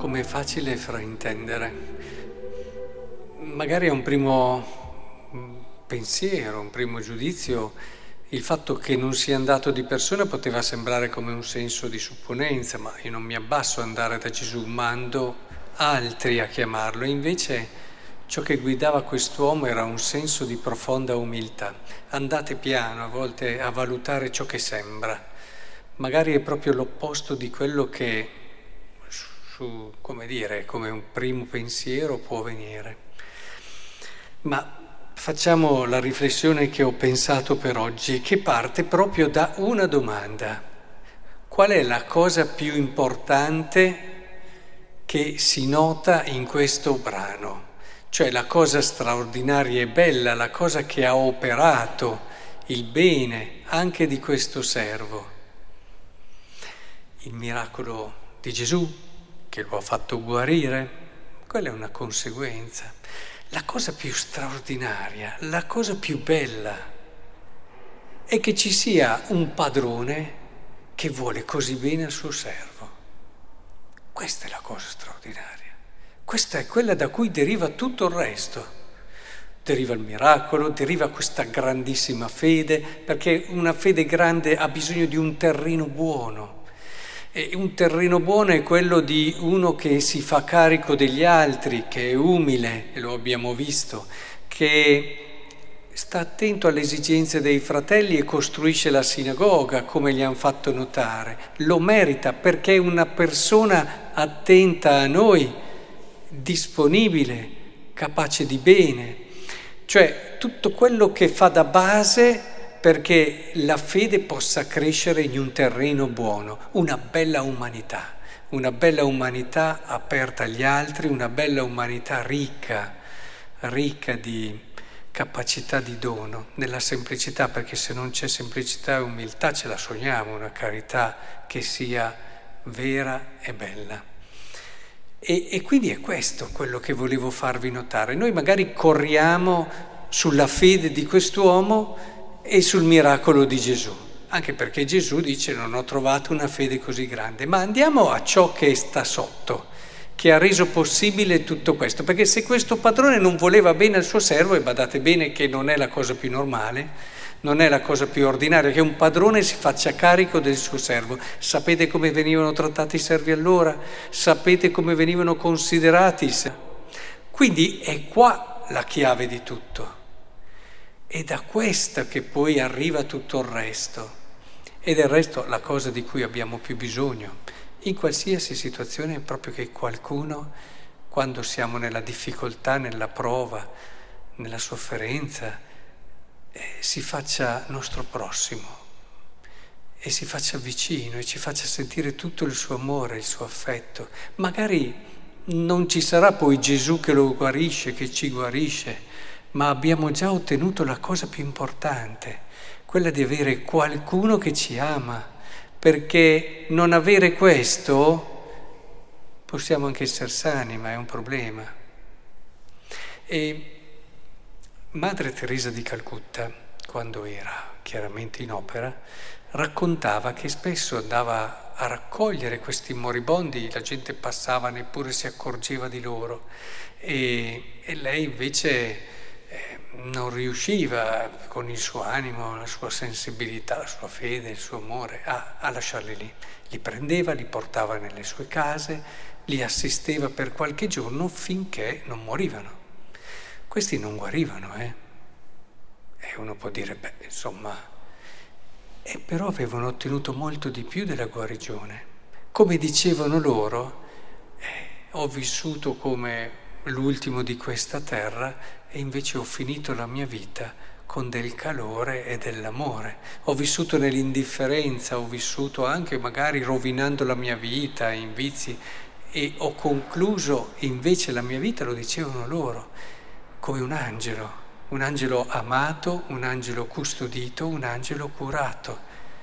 come è facile fraintendere. Magari a un primo pensiero, un primo giudizio, il fatto che non sia andato di persona poteva sembrare come un senso di supponenza, ma io non mi abbasso ad andare da Gesù, mando altri a chiamarlo. E invece ciò che guidava quest'uomo era un senso di profonda umiltà. Andate piano a volte a valutare ciò che sembra. Magari è proprio l'opposto di quello che come un primo pensiero può venire. Ma facciamo la riflessione che ho pensato per oggi, che parte proprio da una domanda. Qual è la cosa più importante che si nota in questo brano? Cioè la cosa straordinaria e bella, la cosa che ha operato il bene anche di questo servo. Il miracolo di Gesù, che lo ha fatto guarire, quella è una conseguenza. La cosa più straordinaria, la cosa più bella è che ci sia un padrone che vuole così bene al suo servo. Questa è la cosa straordinaria. Questa è quella da cui deriva tutto il resto. Deriva il miracolo, deriva questa grandissima fede, perché una fede grande ha bisogno di un terreno buono. E un terreno buono è quello di uno che si fa carico degli altri, che è umile, e lo abbiamo visto, che sta attento alle esigenze dei fratelli e costruisce la sinagoga, come gli hanno fatto notare. Lo merita perché è una persona attenta a noi, disponibile, capace di bene. Cioè tutto quello che fa da base perché la fede possa crescere in un terreno buono, una bella umanità aperta agli altri, una bella umanità ricca di capacità di dono, nella semplicità, perché se non c'è semplicità e umiltà ce la sogniamo, una carità che sia vera e bella. E quindi è questo quello che volevo farvi notare. Noi magari corriamo sulla fede di quest'uomo e sul miracolo di Gesù, anche perché Gesù dice non ho trovato una fede così grande, ma andiamo a ciò che sta sotto, che ha reso possibile tutto questo, perché se questo padrone non voleva bene al suo servo, e badate bene che non è la cosa più normale, non è la cosa più ordinaria, che un padrone si faccia carico del suo servo. Sapete come venivano trattati i servi allora? Sapete come venivano considerati? Quindi è qua la chiave di tutto. È da questa che poi arriva tutto il resto. E del resto la cosa di cui abbiamo più bisogno in qualsiasi situazione è proprio che qualcuno, quando siamo nella difficoltà, nella prova, nella sofferenza, si faccia nostro prossimo e si faccia vicino e ci faccia sentire tutto il suo amore, il suo affetto. Magari non ci sarà poi Gesù che lo guarisce, che ci guarisce, ma abbiamo già ottenuto la cosa più importante, quella di avere qualcuno che ci ama, perché non avere questo possiamo anche essere sani, ma è un problema. E Madre Teresa di Calcutta, quando era chiaramente in opera, raccontava che spesso andava a raccogliere questi moribondi, la gente passava, neppure si accorgeva di loro, e lei invece non riusciva con il suo animo, la sua sensibilità, la sua fede, il suo amore a lasciarli lì. Li prendeva, li portava nelle sue case, li assisteva per qualche giorno finché non morivano. Questi non guarivano, E uno può dire, però avevano ottenuto molto di più della guarigione. Come dicevano loro, ho vissuto come l'ultimo di questa terra e invece ho finito la mia vita con del calore e dell'amore. Ho vissuto nell'indifferenza, ho vissuto anche magari rovinando la mia vita in vizi e ho concluso invece la mia vita, lo dicevano loro, come un angelo amato, un angelo custodito, un angelo curato.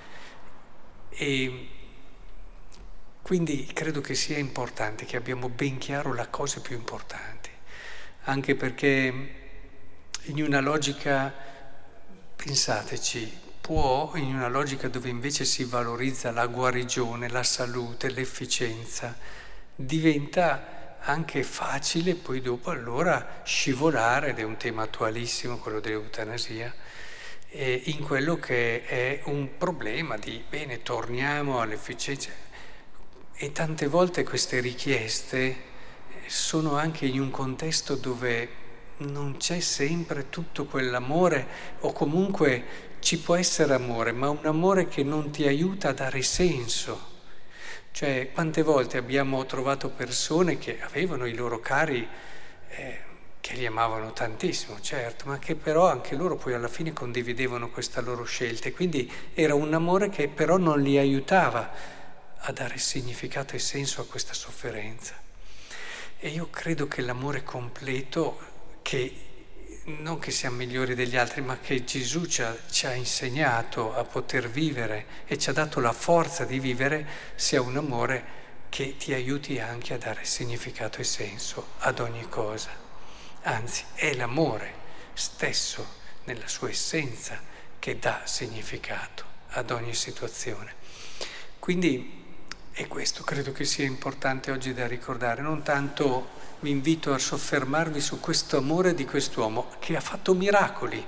E quindi credo che sia importante che abbiamo ben chiaro la cosa più importante, anche perché in una logica, pensateci, può, in una logica dove invece si valorizza la guarigione, la salute, l'efficienza, diventa anche facile poi dopo allora scivolare, ed è un tema attualissimo quello dell'eutanasia, in quello che è un problema di, bene, torniamo all'efficienza. E tante volte queste richieste sono anche in un contesto dove non c'è sempre tutto quell'amore, o comunque ci può essere amore, ma un amore che non ti aiuta a dare senso. Cioè, quante volte abbiamo trovato persone che avevano i loro cari, che li amavano tantissimo, certo, ma che però anche loro poi alla fine condividevano questa loro scelta, e quindi era un amore che però non li aiutava a dare significato e senso a questa sofferenza. E io credo che l'amore completo, che non che sia migliore degli altri, ma che Gesù ci ha insegnato a poter vivere e ci ha dato la forza di vivere, sia un amore che ti aiuti anche a dare significato e senso ad ogni cosa. Anzi, è l'amore stesso nella sua essenza che dà significato ad ogni situazione. Quindi e questo credo che sia importante oggi da ricordare. Non tanto vi invito a soffermarvi su questo amore di quest'uomo che ha fatto miracoli.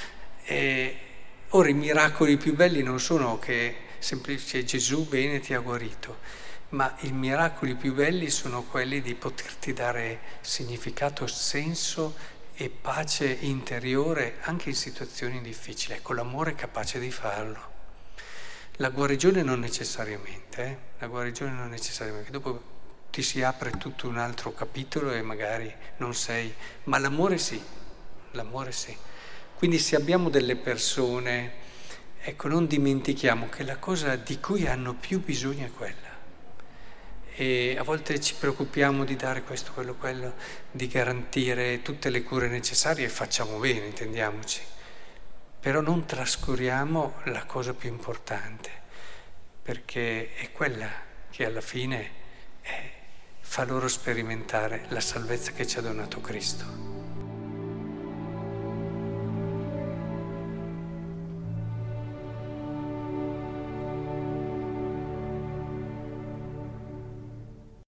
Ora i miracoli più belli non sono che semplice Gesù bene ti ha guarito, ma i miracoli più belli sono quelli di poterti dare significato, senso e pace interiore anche in situazioni difficili. Ecco, l'amore è capace di farlo. La guarigione non necessariamente, la guarigione non necessariamente, dopo ti si apre tutto un altro capitolo e magari non sei, ma l'amore sì, l'amore sì. Quindi se abbiamo delle persone, ecco, non dimentichiamo che la cosa di cui hanno più bisogno è quella. E a volte ci preoccupiamo di dare questo, quello, di garantire tutte le cure necessarie, e facciamo bene, intendiamoci. Però non trascuriamo la cosa più importante, perché è quella che alla fine fa loro sperimentare la salvezza che ci ha donato Cristo.